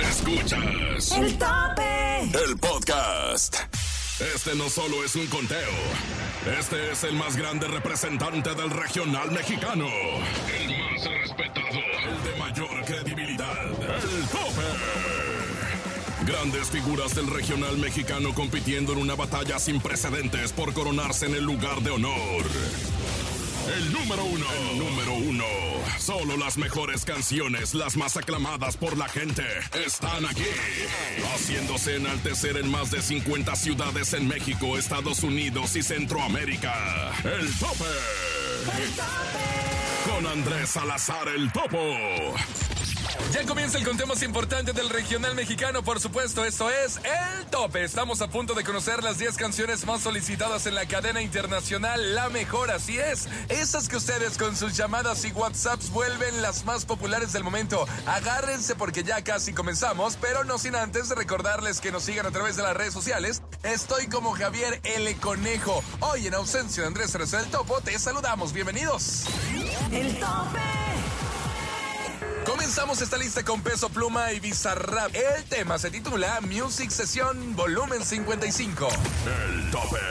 Escuchas El Tope, el podcast. Este no solo es un conteo. Este es el más grande representante del regional mexicano. El más respetado. El de mayor credibilidad. El Tope. Grandes figuras del regional mexicano compitiendo en una batalla sin precedentes por coronarse en el lugar de honor. El número uno. El número uno. Solo las mejores canciones, las más aclamadas por la gente, están aquí. Haciéndose enaltecer en más de 50 ciudades en México, Estados Unidos y Centroamérica. El Tope. el Tope. Con Andrés Salazar el Topo. Ya comienza el conteo más importante del regional mexicano, por supuesto, esto es El Tope. Estamos a punto de conocer las 10 canciones más solicitadas en la cadena internacional La Mejor, así es. Esas que ustedes con sus llamadas y WhatsApps vuelven las más populares del momento. Agárrense porque ya casi comenzamos, pero no sin antes recordarles que nos sigan a través de las redes sociales. Estoy como Javier L. Conejo. Hoy en ausencia de Andrés Salazar el Topo, te saludamos, bienvenidos. El Tope. Comenzamos esta lista con Peso Pluma y Bizarrap. El tema se titula Music Session Volumen 55. El Tope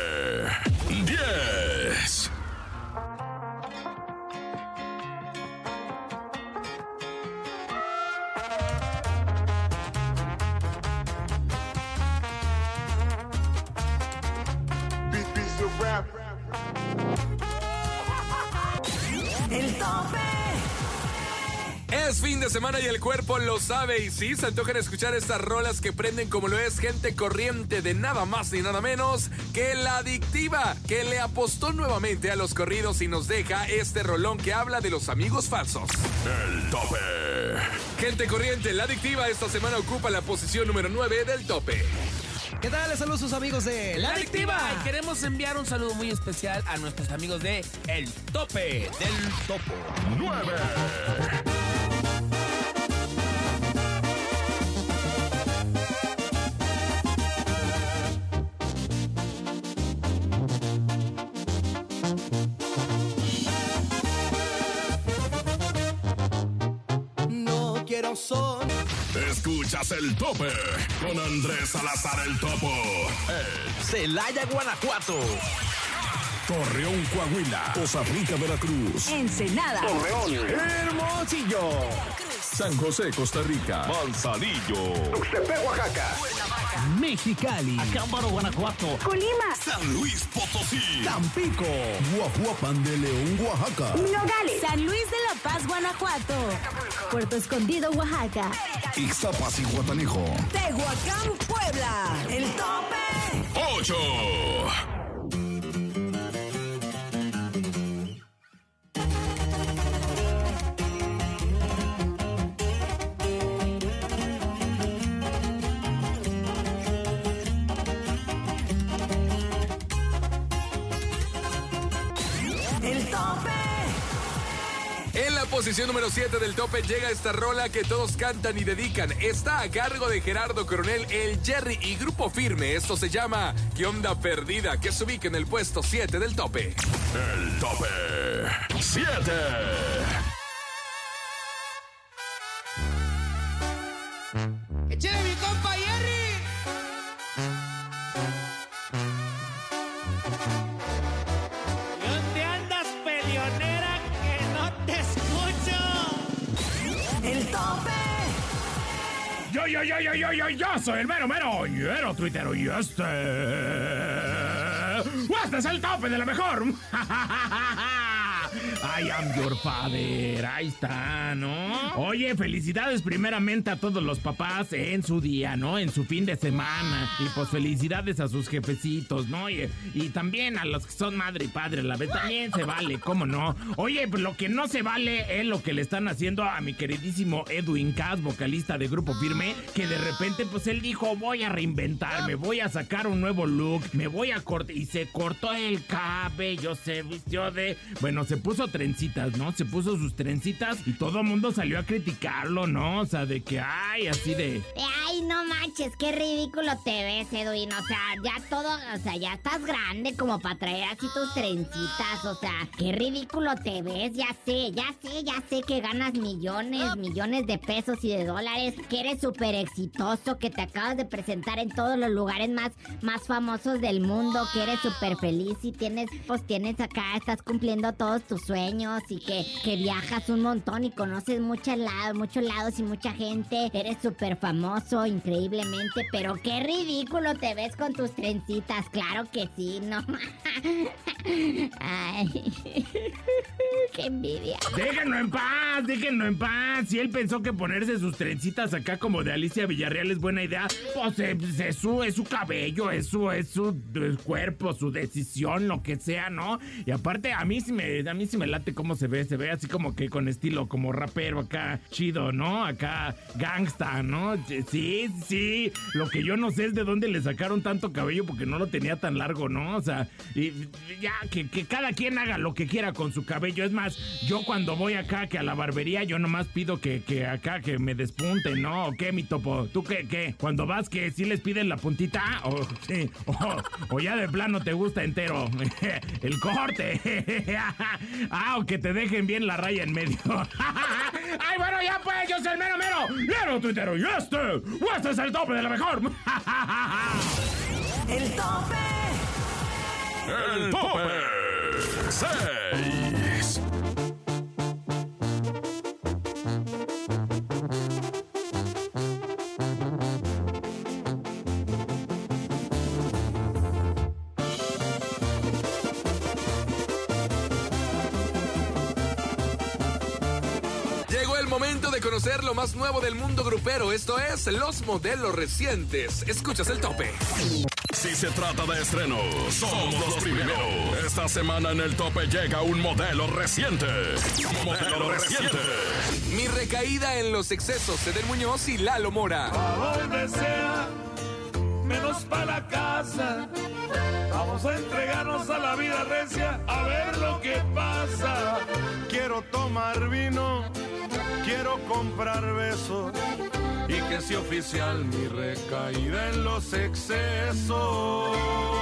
10. El Tope. Es fin de semana y el cuerpo lo sabe. Y sí, se antojan escuchar estas rolas que prenden como lo es gente corriente de nada más ni nada menos que La Adictiva, que le apostó nuevamente a los corridos y nos deja este rolón que habla de los amigos falsos. El Tope. Gente corriente, La Adictiva esta semana ocupa la posición número 9 del Tope. ¿Qué tal? Les saludo a sus amigos de La Adictiva. Y queremos enviar un saludo muy especial a nuestros amigos de El Tope del Topo 9. No quiero son. Escuchas el Tope con Andrés Salazar el Topo. Celaya, Guanajuato. Torreón, Coahuila. Costa Rica, Veracruz. Ensenada. Hermosillo. San José, Costa Rica. Manzanillo. Tuxtepec, Oaxaca. Mexicali. Acámbaro, Guanajuato. Colima. San Luis Potosí. Tampico. Guajuapan de León, Oaxaca. Nogales. San Luis de la Paz, Guanajuato. Puerto Escondido, Oaxaca. Ixtapas y Guatanejo. Tehuacán, Puebla. El Tope. 8. El Tope. En la posición número 7 del Tope llega esta rola que todos cantan y dedican. Está a cargo de Gerardo Coronel, El Jerry y Grupo Firme. Esto se llama ¿Qué onda perdida? Que se ubica en el puesto 7 del Tope. El Tope 7. ¡Échale mi compa Jerry! ¿Dónde andas, peleonera, que no te escucho? El Tope. Yo soy el mero tuitero y este es el Tope de la mejor. I am your father. Ahí está, ¿no? Oye, felicidades primeramente a todos los papás en su día, ¿no? En su fin de semana. Y pues felicidades a sus jefecitos, ¿no? Y también a los que son madre y padre a la vez. También se vale, ¿cómo no? Oye, pues lo que no se vale es lo que le están haciendo a mi queridísimo Edwin Cass, vocalista de Grupo Firme, que de repente pues él dijo, voy a reinventarme, voy a sacar un nuevo look, me voy a cortar, y se cortó el cabello, se vistió de... Bueno, se puso trencitas, ¿no? Se puso sus trencitas y todo el mundo salió a criticarlo, ¿no? O sea, de que, ay, así de... Ay, Ay, no manches, qué ridículo te ves, Edwin. O sea, ya estás grande como para traer así tus trencitas. O sea, qué ridículo te ves. Ya sé que ganas millones de pesos y de dólares, que eres súper exitoso, que te acabas de presentar en todos los lugares más famosos del mundo, que eres súper feliz y tienes acá, estás cumpliendo todos tus sueños y que viajas un montón y conoces muchos lados y mucha gente. Eres súper famoso, increíblemente, pero qué ridículo te ves con tus trencitas. Claro que sí, ¿no? Ay, qué envidia. Déjenlo en paz. Si él pensó que ponerse sus trencitas acá como de Alicia Villarreal es buena idea, pues es su cabello, es su cuerpo, su decisión, lo que sea, ¿no? Y aparte, a mí sí me late cómo se ve así como que con estilo, como rapero acá, chido, ¿no? Acá, gangsta, ¿no? Sí, lo que yo no sé es de dónde le sacaron tanto cabello porque no lo tenía tan largo, ¿no? O sea, y ya, que cada quien haga lo que quiera con su cabello. Es más, yo cuando voy acá, que a la barbería, yo nomás pido que acá, que me despunten, ¿no? ¿O qué, mi topo? ¿Tú qué? Cuando vas, que sí les piden la puntita, o ya de plano te gusta entero el corte. O que te dejen bien la raya en medio. Ay, bueno, ya pues, yo soy el mero tuitero, y este es el tope de la mejor. ¡El tope! ¡El tope! 6. Llegó el momento de conocer lo más nuevo del mundo grupero. Esto es los modelos recientes. Escuchas el tope. Si se trata de estrenos, somos los primeros. Esta semana en el tope llega un modelo reciente. Modelo reciente. Mi recaída en los excesos, Edel Muñoz y Lalo Mora. A donde sea, menos para la casa. Vamos a entregarnos a la vida recia, a ver lo que pasa. Quiero tomar vino, quiero comprar besos, y que sea oficial mi recaída en los excesos.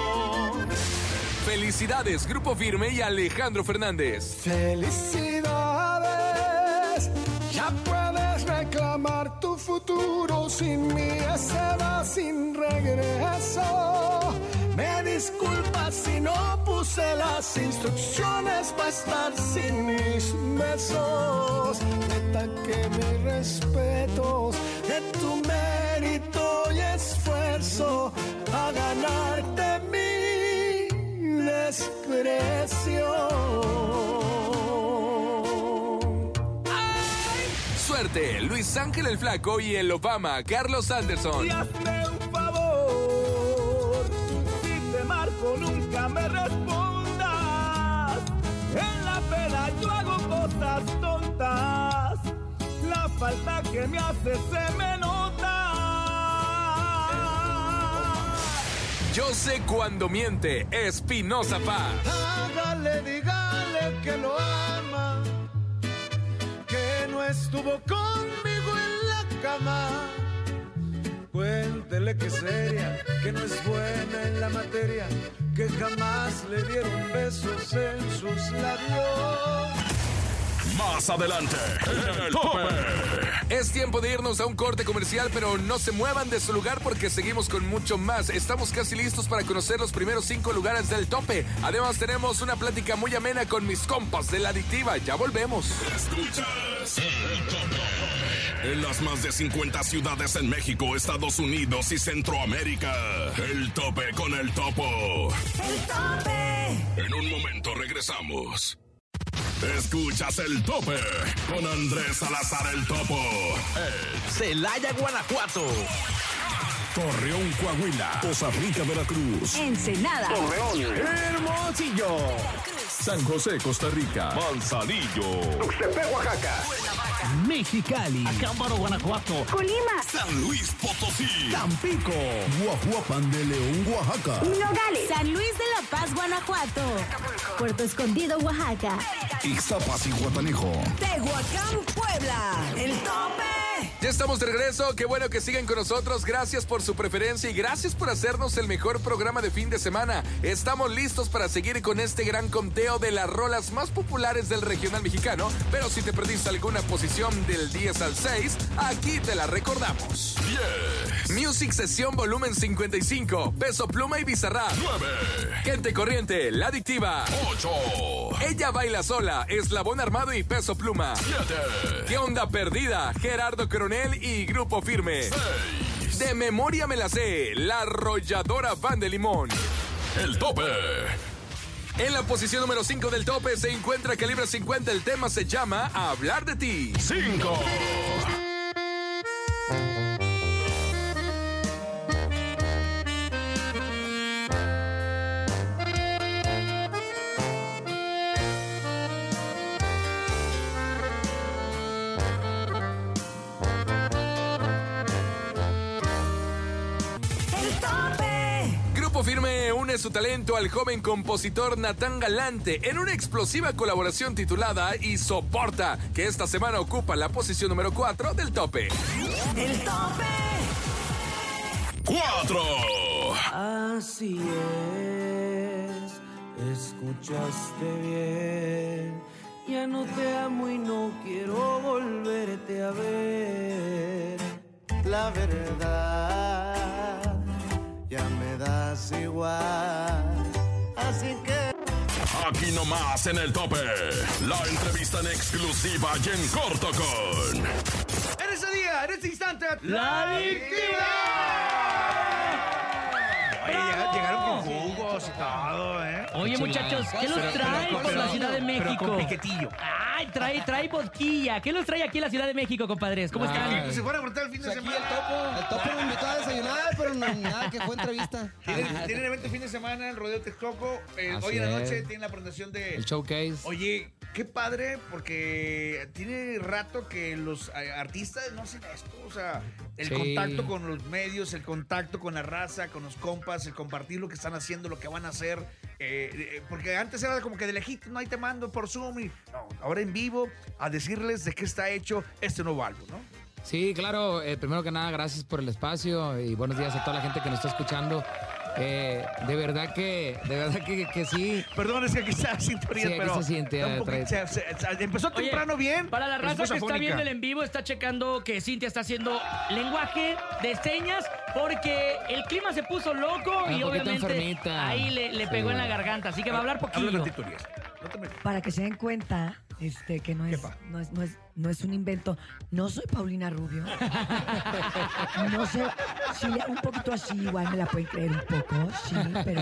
Felicidades, Grupo Firme y Alejandro Fernández. Felicidades, ya puedes reclamar tu futuro. Sin mí se va sin regreso. Me disculpas si no puse las instrucciones para estar sin mis besos. Neta que mis respetos de tu mérito y esfuerzo a ganarte mi desprecio. Suerte, Luis Ángel el Flaco y el Obama, Carlos Anderson. Y hazme un favor, si te marco nunca me respondas. En la pena yo hago cosas tontas, la falta que me hace se me nota. Yo sé cuando miente, Espinosa Paz. Hágale, dígale que lo ama, que no estuvo conmigo en la cama. Cuéntele que es seria, que no es buena en la materia, que jamás le dieron besos en sus labios. Más adelante, en el tope. Es tiempo de irnos a un corte comercial, pero no se muevan de su lugar porque seguimos con mucho más. Estamos casi listos para conocer los primeros 5 lugares del tope. Además tenemos una plática muy amena con mis compas de La Adictiva. Ya volvemos. Escuchas el tope. En las más de 50 ciudades en México, Estados Unidos y Centroamérica. El tope con el topo. ¡El tope! En un momento regresamos. Escuchas el tope con Andrés Salazar el Topo. Celaya, Guanajuato. Torreón, Coahuila. Costa Rica, Veracruz. Ensenada. Torreón. Hermosillo. San José, Costa Rica. Manzanillo. Tuxtepec, Oaxaca. Mexicali. Acámbaro, Guanajuato. Colima. San Luis Potosí. Tampico. Guajuapan de León, Oaxaca. Nogales. San Luis de la Paz, Guanajuato. Puerto Escondido, Oaxaca. Ixtapas y Guatanejo. Tehuacán, Puebla. El tope. Ya estamos de regreso, qué bueno que siguen con nosotros, gracias por su preferencia y gracias por hacernos el mejor programa de fin de semana. Estamos listos para seguir con este gran conteo de las rolas más populares del regional mexicano, pero si te perdiste alguna posición del 10 al 6, aquí te la recordamos. 10. Music Sesión Volumen 55, Peso Pluma y Bizarrap. 9. Gente Corriente, La Adictiva. 8. Ella Baila Sola, Eslabón Armado y Peso Pluma. 7. ¿Qué onda perdida? Gerardo Coronel y Grupo Firme. 6. De memoria me la sé, La Arrolladora Van de Limón. El tope. En la posición número 5 del tope se encuentra Calibre 50. El tema se llama Hablar de ti. 5. Firme une su talento al joven compositor Natán Galante en una explosiva colaboración titulada Y Soporta, que esta semana ocupa la posición número 4 del tope. El tope. 4. Así es, escuchaste bien. Ya no te amo y no quiero volverte a ver. La verdad, ya me das igual, así que... Aquí nomás en el tope, la entrevista en exclusiva y en corto con... En ese día, en ese instante, ¡La Adictiva! Oye, llegaron con jugos y todo, ¿eh? Oye, muchachos, ¿qué los trae por la Ciudad de México? Pero con piquetillo. Ay, trae vodquilla. ¿Qué los trae aquí en la Ciudad de México, compadres? ¿Cómo están? Se fueron a preguntar el fin de semana. El topo me invitó a desayunar, pero nada, que fue entrevista. Tienen evento el fin de semana, el Rodeo Texcoco. Hoy en la noche tienen la presentación de... El showcase. Oye, qué padre, porque tiene rato que los artistas no hacen esto. O sea, el contacto con los medios, el contacto con la raza, con los compas, el compartir lo que están haciendo, lo que van a hacer. Porque antes era como que de lejito, no, ahí te mando por Zoom. Y, no, ahora en vivo, a decirles de qué está hecho este nuevo álbum, ¿no? Sí, claro. Primero que nada, gracias por el espacio y buenos días a toda la gente que nos está escuchando. De verdad que sí. Perdón, es que aquí está sintonía, sí, pero se siente, empezó temprano bien. Para la raza que está viendo el en vivo, está checando que Cintia está haciendo lenguaje de señas porque el clima se puso loco y obviamente ahí le pegó en la garganta, así que va a hablar poquillo. Para que se den cuenta que no es un invento. No soy Paulina Rubio. No sé, si un poquito así igual me la pueden creer un poco, sí, pero...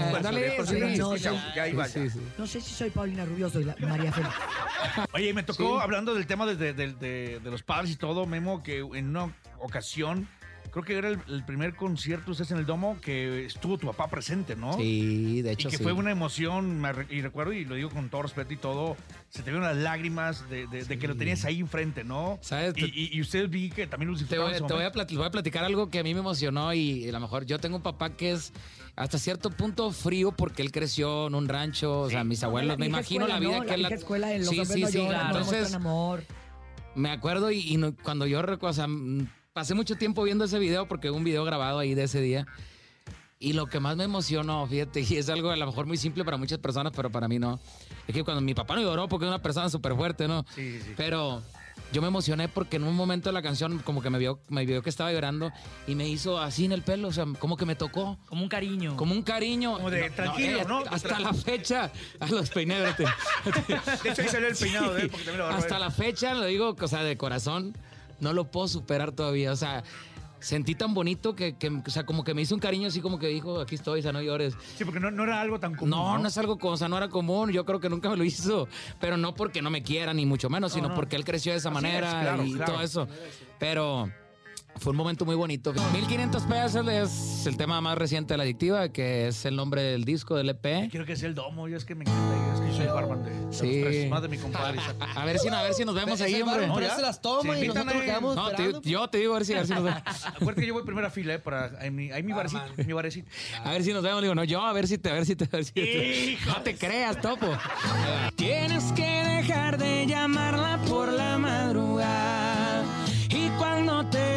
No sé si soy Paulina Rubio o soy María Félix. Oye, me tocó, hablando del tema de los padres y todo, Memo, que en una ocasión... Creo que era el primer concierto, ustedes en el Domo, que estuvo tu papá presente, ¿no? Sí, de hecho, y que fue una emoción, y recuerdo, y lo digo con todo respeto y todo, se te vieron las lágrimas de que lo tenías ahí enfrente, ¿no? ¿Sabes? Y ustedes vi que también lo disfrutaron. Te voy a platicar algo que a mí me emocionó y a lo mejor yo tengo un papá que es hasta cierto punto frío porque él creció en un rancho, o sea, mis abuelos, me imagino la vida que él... La escuela de los hombres no lloran, no muestran amor. Me acuerdo y cuando yo recuerdo, o sea... Pasé mucho tiempo viendo ese video porque hubo un video grabado ahí de ese día. Y lo que más me emocionó, fíjate, y es algo a lo mejor muy simple para muchas personas, pero para mí no. Es que cuando mi papá no lloró porque es una persona súper fuerte, ¿no? Sí. Pero yo me emocioné porque en un momento de la canción como que me vio que estaba llorando y me hizo así en el pelo, o sea, como que me tocó. Como un cariño. Como un cariño. Como de tranquilo, ¿no? Hasta la fecha, a los peinados. De hecho, ahí salió el peinado de él porque también lo agarró. Hasta la fecha, lo digo, o sea, de corazón. No lo puedo superar todavía, o sea, sentí tan bonito que o sea, como que me hizo un cariño así como que dijo, aquí estoy, o sea, no llores. Sí, porque no era algo tan común. No es algo, o sea, no era común, yo creo que nunca me lo hizo, pero no porque no me quiera, ni mucho menos, sino porque él creció de esa manera y todo eso. Pero... fue un momento muy bonito. 1500 pesos es el tema más reciente de La Adictiva, que es el nombre del disco, del EP. Quiero que sea el Domo, yo es que me encanta, es que soy barman de los tres, más de mi compadre. A ver si nos vemos ahí, hombre. No, se las toma y nosotros quedamos esperando. Yo te digo a ver si nos vemos. Acuérdate que yo voy primera fila, ahí mi barecito. A ver si nos vemos, digo, no, yo a ver si te. No te creas, topo. Tienes que dejar de llamarla por la madrugada y cuando te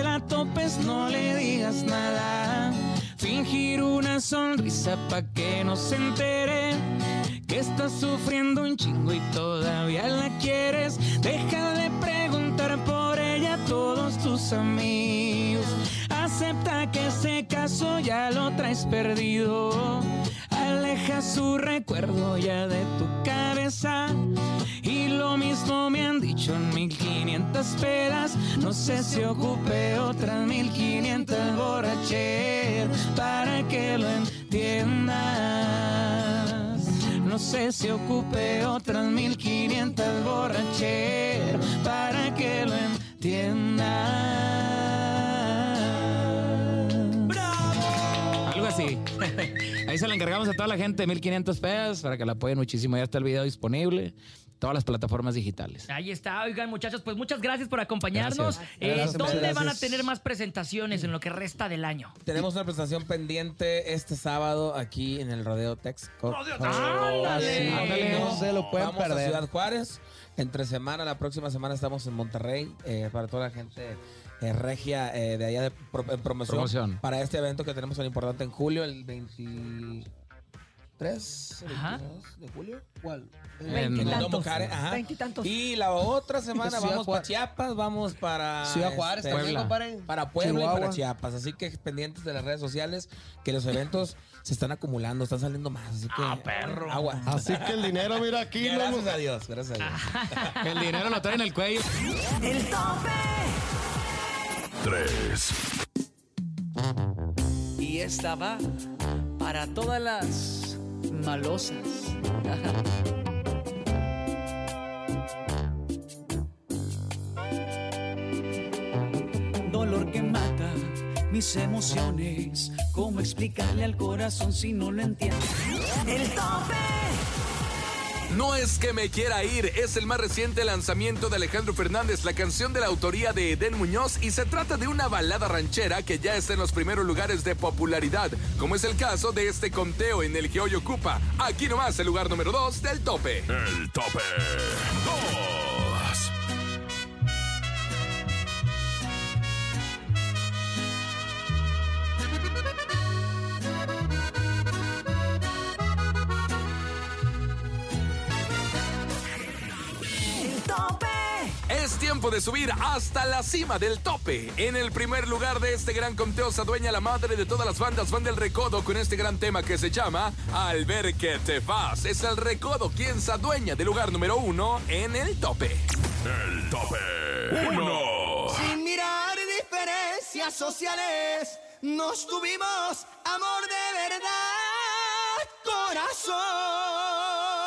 preocupes, no le digas nada. Fingir una sonrisa pa' que no se entere que estás sufriendo un chingo y todavía la quieres. Deja de preguntar por ella a todos tus amigos. Acepta que ese caso ya lo traes perdido. Aleja su recuerdo ya de tu cabeza. Y lo mismo me han dicho en 1500 pedas. No sé si ocupe otras 1500 borracheras para que lo entiendas. No sé si ocupe otras 1500 borracheras para que lo entiendas. Algo así. Ahí se la encargamos a toda la gente, 1500 pesos, para que la apoyen muchísimo. Ya está el video disponible. Todas las plataformas digitales. Ahí está, oigan muchachos, pues muchas gracias por acompañarnos. ¿Dónde van a tener más presentaciones en lo que resta del año? Tenemos una presentación pendiente este sábado aquí en el Rodeo Texcoco. ¡Ándale! No se lo pueden perder. Vamos a Ciudad Juárez. Entre semana, la próxima semana estamos en Monterrey. Para toda la gente regia de allá en promoción. Para este evento que tenemos tan importante en julio, el 23 de julio. ¿Cuál? 20 y tantos. Y la otra semana vamos para Chiapas, vamos para Ciudad Juárez, para Puebla y para Chiapas. Así que pendientes de las redes sociales, que los eventos se están acumulando, están saliendo más. Así que perro. Agua. Así que el dinero, mira aquí. Gracias a Dios, gracias a Dios. Que el dinero lo trae en el cuello. El tope. 3. Y esta va para todas las malosas. Dolor que mata mis emociones. ¿Cómo explicarle al corazón si no lo entiende? El tope. No es que me quiera ir, es el más reciente lanzamiento de Alejandro Fernández, la canción de la autoría de Edén Muñoz, y se trata de una balada ranchera que ya está en los primeros lugares de popularidad, como es el caso de este conteo en el que hoy ocupa, aquí nomás, el lugar número 2 del tope. El tope 2. Es tiempo de subir hasta la cima del tope. En el primer lugar de este gran conteo se adueña la madre de todas las bandas, Van del Recodo, con este gran tema que se llama Al ver que te vas. Es el Recodo quien se adueña del lugar número 1 en el tope. El tope 1. Sin mirar diferencias sociales, nos tuvimos amor de verdad, corazón.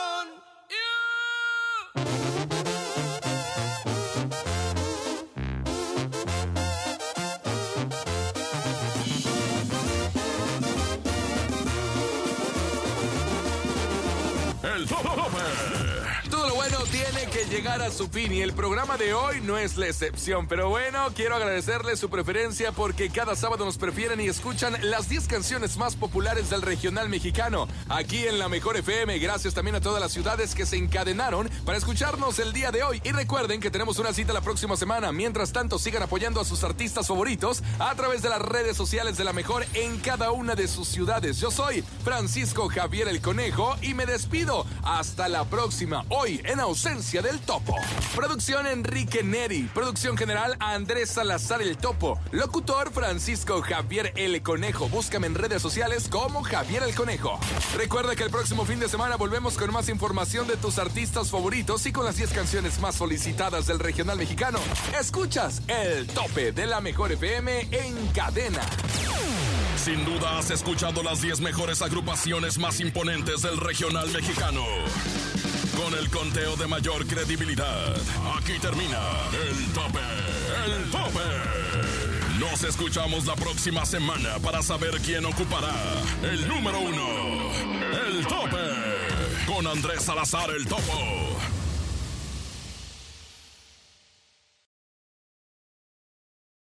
El tope. Todo lo bueno tiene que llegar a su fin y el programa de hoy no es la excepción. Pero bueno, quiero agradecerles su preferencia porque cada sábado nos prefieren y escuchan las 10 canciones más populares del regional mexicano aquí en la Mejor FM. Gracias también a todas las ciudades que se encadenaron para escucharnos el día de hoy. Y recuerden que tenemos una cita la próxima semana. Mientras tanto, sigan apoyando a sus artistas favoritos a través de las redes sociales de la Mejor en cada una de sus ciudades. Yo soy Francisco Javier el Conejo y me despido. Hasta la próxima. Hoy en ausencia del Topo. Producción Enrique Neri. Producción general Andrés Salazar el Topo. Locutor Francisco Javier el Conejo. Búscame en redes sociales como Javier el Conejo. Recuerda que el próximo fin de semana volvemos con más información de tus artistas favoritos y con las 10 canciones más solicitadas del regional mexicano. Escuchas el Tope de la Mejor FM en cadena. Sin duda has escuchado las 10 mejores agrupaciones más imponentes del regional mexicano. Con el conteo de mayor credibilidad. Aquí termina el tope. El tope. Nos escuchamos la próxima semana para saber quién ocupará el número 1. El tope. Con Andrés Salazar el Topo.